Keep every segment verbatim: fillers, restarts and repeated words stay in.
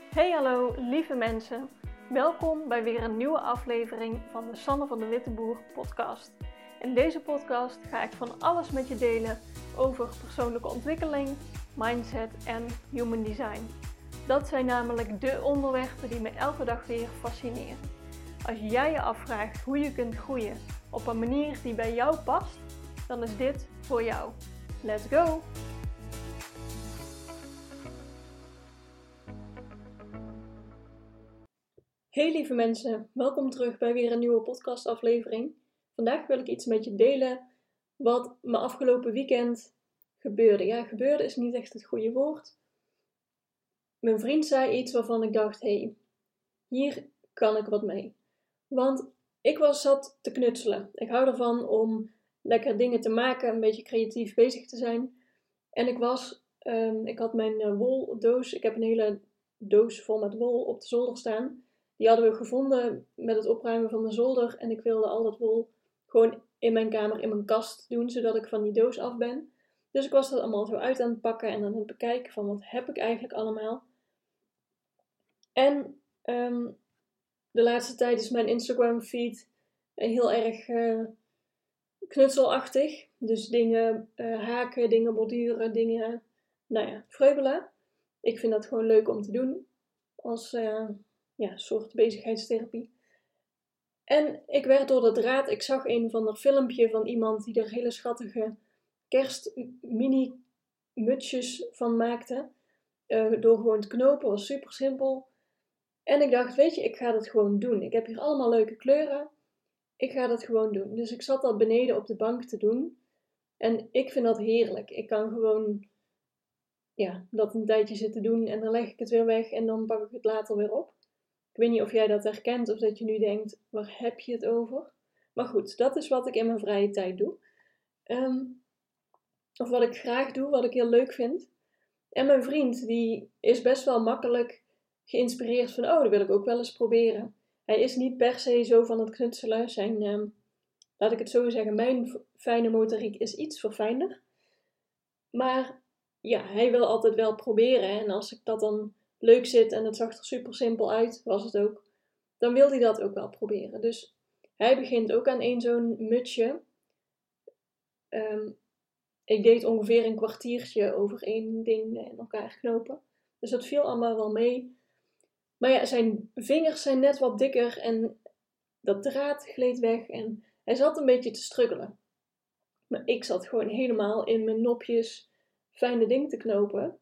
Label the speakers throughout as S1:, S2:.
S1: Hey hallo lieve mensen, welkom bij weer een nieuwe aflevering van de Sanne van de Witteboer podcast. In deze podcast ga ik van alles met je delen over persoonlijke ontwikkeling, mindset en human design. Dat zijn namelijk de onderwerpen die me elke dag weer fascineren. Als jij je afvraagt hoe je kunt groeien op een manier die bij jou past, dan is dit voor jou. Let's go! Hey lieve mensen, welkom terug bij weer een nieuwe podcastaflevering. Vandaag wil ik iets met je delen wat me afgelopen weekend gebeurde. Ja, gebeurde is niet echt het goede woord. Mijn vriend zei iets waarvan ik dacht, hé, hey, hier kan ik wat mee. Want ik was zat te knutselen. Ik hou ervan om lekker dingen te maken, een beetje creatief bezig te zijn. En ik was, um, ik had mijn uh, woldoos, ik heb een hele doos vol met wol op de zolder staan. Die hadden we gevonden met het opruimen van de zolder. En ik wilde al dat wol gewoon in mijn kamer, in mijn kast doen, zodat ik van die doos af ben. Dus ik was dat allemaal zo uit aan het pakken en aan het bekijken van wat heb ik eigenlijk allemaal. En um, de laatste tijd is mijn Instagram feed heel erg uh, knutselachtig. Dus dingen uh, haken, dingen borduren, dingen, nou ja, vreubelen. Ik vind dat gewoon leuk om te doen als uh, ja, soort bezigheidstherapie. En ik werd door de draad, ik zag een van een filmpje van iemand die er hele schattige kerst mini mutsjes van maakte. Uh, door gewoon te knopen, was super simpel. En ik dacht, weet je, ik ga dat gewoon doen. Ik heb hier allemaal leuke kleuren. Ik ga dat gewoon doen. Dus ik zat dat beneden op de bank te doen. En ik vind dat heerlijk. Ik kan gewoon ja, dat een tijdje zitten doen en dan leg ik het weer weg en dan pak ik het later weer op. Ik weet niet of jij dat herkent of dat je nu denkt, waar heb je het over? Maar goed, dat is wat ik in mijn vrije tijd doe. Um, of wat ik graag doe, wat ik heel leuk vind. En mijn vriend, die is best wel makkelijk geïnspireerd van, oh, dat wil ik ook wel eens proberen. Hij is niet per se zo van het knutselen. Zijn, um, laat ik het zo zeggen, mijn fijne motoriek is iets verfijnder. Maar ja, hij wil altijd wel proberen. En als ik dat dan leuk zit en het zag er super simpel uit, was het ook, dan wil hij dat ook wel proberen. Dus hij begint ook aan één zo'n mutsje. Um, ik deed ongeveer een kwartiertje over één ding in elkaar knopen. Dus dat viel allemaal wel mee. Maar ja, zijn vingers zijn net wat dikker en dat draad gleed weg en hij zat een beetje te struggelen. Maar ik zat gewoon helemaal in mijn nopjes fijne ding te knopen.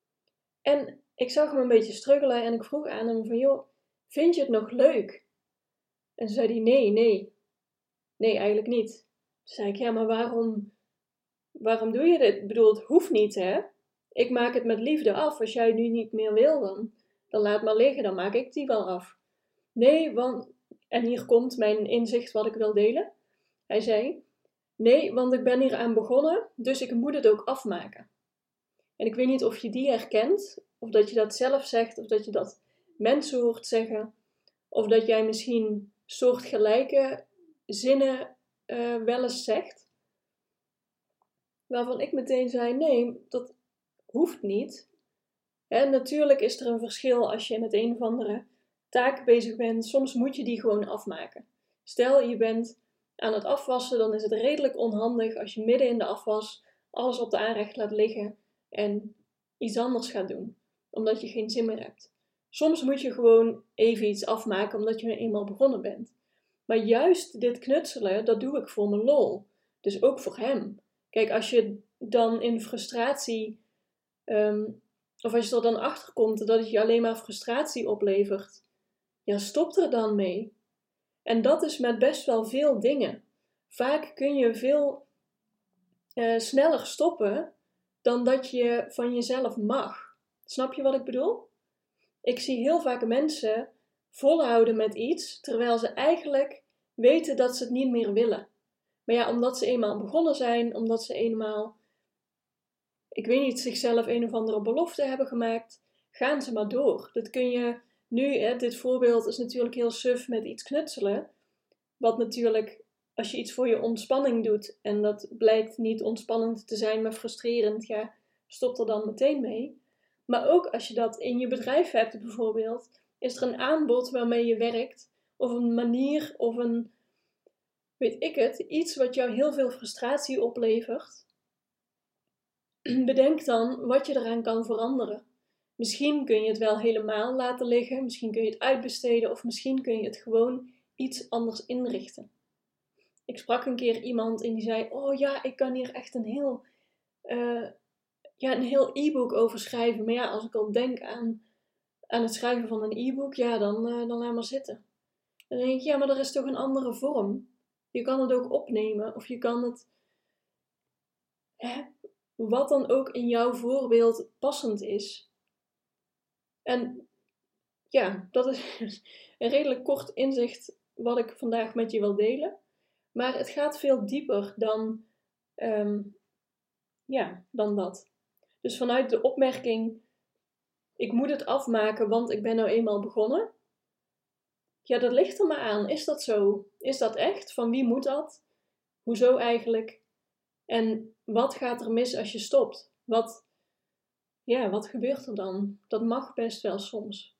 S1: En ik zag hem een beetje struggelen en ik vroeg aan hem van, joh, vind je het nog leuk? En toen zei hij, nee, nee. Nee, eigenlijk niet. Toen zei ik, ja, maar waarom, waarom doe je dit? Ik bedoel, het hoeft niet, hè? Ik maak het met liefde af. Als jij nu niet meer wil, dan, dan laat maar liggen. Dan maak ik die wel af. Nee, want... En hier komt mijn inzicht wat ik wil delen. Hij zei, nee, want ik ben hier aan begonnen, dus ik moet het ook afmaken. En ik weet niet of je die herkent, of dat je dat zelf zegt, of dat je dat mensen hoort zeggen, of dat jij misschien soortgelijke zinnen uh, wel eens zegt. Waarvan ik meteen zei, nee, dat hoeft niet. Hè, natuurlijk is er een verschil als je met een of andere taak bezig bent. Soms moet je die gewoon afmaken. Stel, je bent aan het afwassen, dan is het redelijk onhandig als je midden in de afwas alles op de aanrecht laat liggen en iets anders gaat doen, omdat je geen zin meer hebt. Soms moet je gewoon even iets afmaken, omdat je eenmaal begonnen bent. Maar juist dit knutselen, dat doe ik voor mijn lol. Dus ook voor hem. Kijk, als je dan in frustratie, um, of als je er dan achter komt dat het je alleen maar frustratie oplevert, ja, stop er dan mee. En dat is met best wel veel dingen. Vaak kun je veel uh, sneller stoppen dan dat je van jezelf mag. Snap je wat ik bedoel? Ik zie heel vaak mensen volhouden met iets, terwijl ze eigenlijk weten dat ze het niet meer willen. Maar ja, omdat ze eenmaal begonnen zijn, omdat ze eenmaal, ik weet niet, zichzelf een of andere belofte hebben gemaakt, gaan ze maar door. Dat kun je nu, hè, dit voorbeeld is natuurlijk heel suf met iets knutselen. Wat natuurlijk, als je iets voor je ontspanning doet en dat blijkt niet ontspannend te zijn, maar frustrerend, ja, stop er dan meteen mee. Maar ook als je dat in je bedrijf hebt bijvoorbeeld, is er een aanbod waarmee je werkt, of een manier, of een, weet ik het, iets wat jou heel veel frustratie oplevert. Bedenk dan wat je eraan kan veranderen. Misschien kun je het wel helemaal laten liggen, misschien kun je het uitbesteden, of misschien kun je het gewoon iets anders inrichten. Ik sprak een keer iemand en die zei, oh ja, ik kan hier echt een heel, uh, ja, een heel e-book over schrijven. Maar ja, als ik al denk aan, aan het schrijven van een e-book, ja, dan, uh, dan laat maar zitten. Dan denk ik, ja, maar er is toch een andere vorm. Je kan het ook opnemen, of je kan het, hè, wat dan ook in jouw voorbeeld passend is. En ja, dat is een redelijk kort inzicht wat ik vandaag met je wil delen. Maar het gaat veel dieper dan, um, ja, dan dat. Dus vanuit de opmerking, ik moet het afmaken, want ik ben nou eenmaal begonnen. Ja, dat ligt er maar aan. Is dat zo? Is dat echt? Van wie moet dat? Hoezo eigenlijk? En wat gaat er mis als je stopt? Wat, ja, wat gebeurt er dan? Dat mag best wel soms.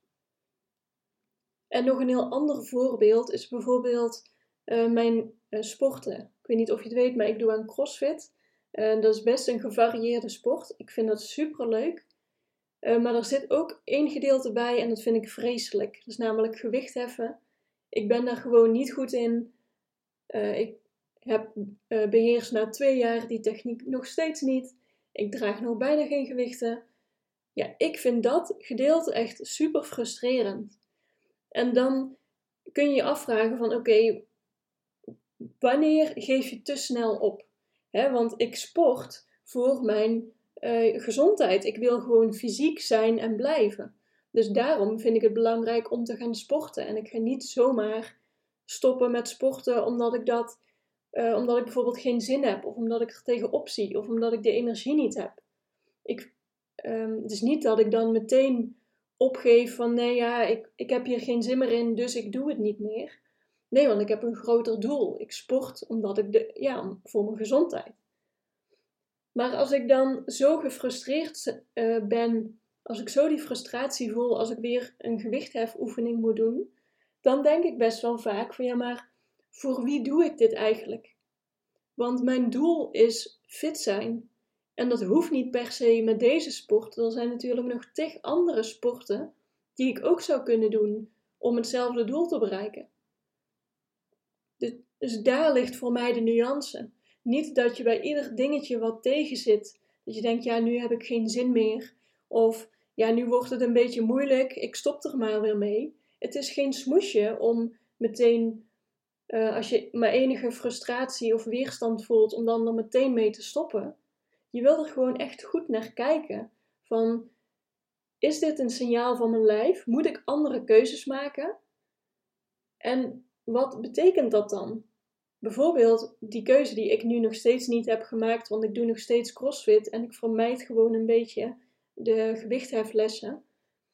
S1: En nog een heel ander voorbeeld is bijvoorbeeld uh, mijn uh, sporten. Ik weet niet of je het weet, maar ik doe aan CrossFit. Uh, dat is best een gevarieerde sport. Ik vind dat super leuk. Uh, maar er zit ook één gedeelte bij en dat vind ik vreselijk. Dat is namelijk gewicht heffen. Ik ben daar gewoon niet goed in. Uh, ik heb uh, beheerst na twee jaar die techniek nog steeds niet. Ik draag nog bijna geen gewichten. Ja, ik vind dat gedeelte echt super frustrerend. En dan kun je je afvragen van oké, okay, wanneer geef je te snel op? He, want ik sport voor mijn uh, gezondheid. Ik wil gewoon fysiek zijn en blijven. Dus daarom vind ik het belangrijk om te gaan sporten. En ik ga niet zomaar stoppen met sporten omdat ik dat, uh, omdat ik bijvoorbeeld geen zin heb. Of omdat ik er tegenop zie. Of omdat ik de energie niet heb. Ik, um, het is niet dat ik dan meteen opgeef van nee ja, ik, ik heb hier geen zin meer in, dus ik doe het niet meer. Nee, want ik heb een groter doel. Ik sport omdat ik de, ja, voor mijn gezondheid. Maar als ik dan zo gefrustreerd uh, ben, als ik zo die frustratie voel als ik weer een gewichthefoefening moet doen, dan denk ik best wel vaak van ja, maar voor wie doe ik dit eigenlijk? Want mijn doel is fit zijn. En dat hoeft niet per se met deze sport. Er zijn natuurlijk nog tig andere sporten die ik ook zou kunnen doen om hetzelfde doel te bereiken. Dus, dus daar ligt voor mij de nuance. Niet dat je bij ieder dingetje wat tegen zit, dat je denkt, ja, nu heb ik geen zin meer. Of, ja, nu wordt het een beetje moeilijk, ik stop er maar weer mee. Het is geen smoesje om meteen, uh, als je maar enige frustratie of weerstand voelt, om dan er meteen mee te stoppen. Je wil er gewoon echt goed naar kijken. Van, is dit een signaal van mijn lijf? Moet ik andere keuzes maken? En wat betekent dat dan? Bijvoorbeeld die keuze die ik nu nog steeds niet heb gemaakt, want ik doe nog steeds CrossFit en ik vermijd gewoon een beetje de gewichtheflessen.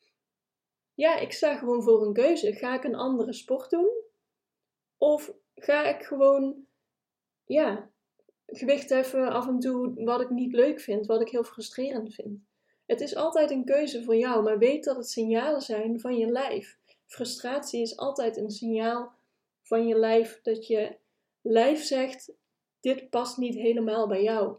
S1: Ja, ik sta gewoon voor een keuze. Ga ik een andere sport doen? Of ga ik gewoon, ja, gewicht heffen af en toe wat ik niet leuk vind, wat ik heel frustrerend vind. Het is altijd een keuze voor jou, maar weet dat het signalen zijn van je lijf. Frustratie is altijd een signaal van je lijf, dat je lijf zegt, dit past niet helemaal bij jou.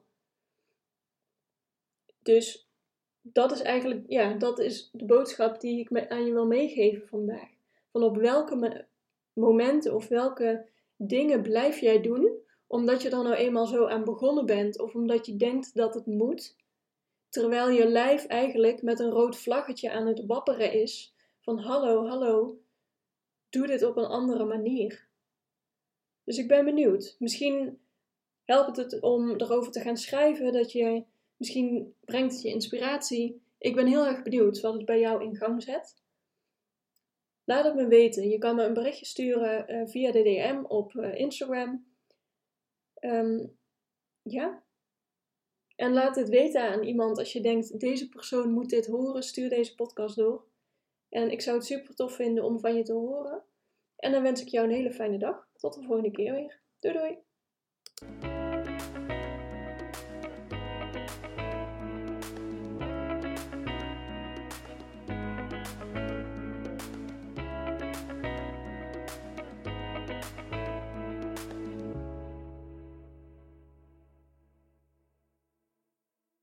S1: Dus dat is eigenlijk, ja, dat is de boodschap die ik aan je wil meegeven vandaag. Van op welke momenten of welke dingen blijf jij doen, omdat je er nou eenmaal zo aan begonnen bent, of omdat je denkt dat het moet, terwijl je lijf eigenlijk met een rood vlaggetje aan het wapperen is, van hallo, hallo, doe dit op een andere manier. Dus ik ben benieuwd. Misschien helpt het om erover te gaan schrijven, dat je, misschien brengt het je inspiratie. Ik ben heel erg benieuwd wat het bij jou in gang zet. Laat het me weten. Je kan me een berichtje sturen uh, via de D M op uh, Instagram. Um, ja. En laat het weten aan iemand als je denkt, deze persoon moet dit horen. Stuur deze podcast door. En ik zou het super tof vinden om van je te horen. En dan wens ik jou een hele fijne dag. Tot de volgende keer weer. Doei doei.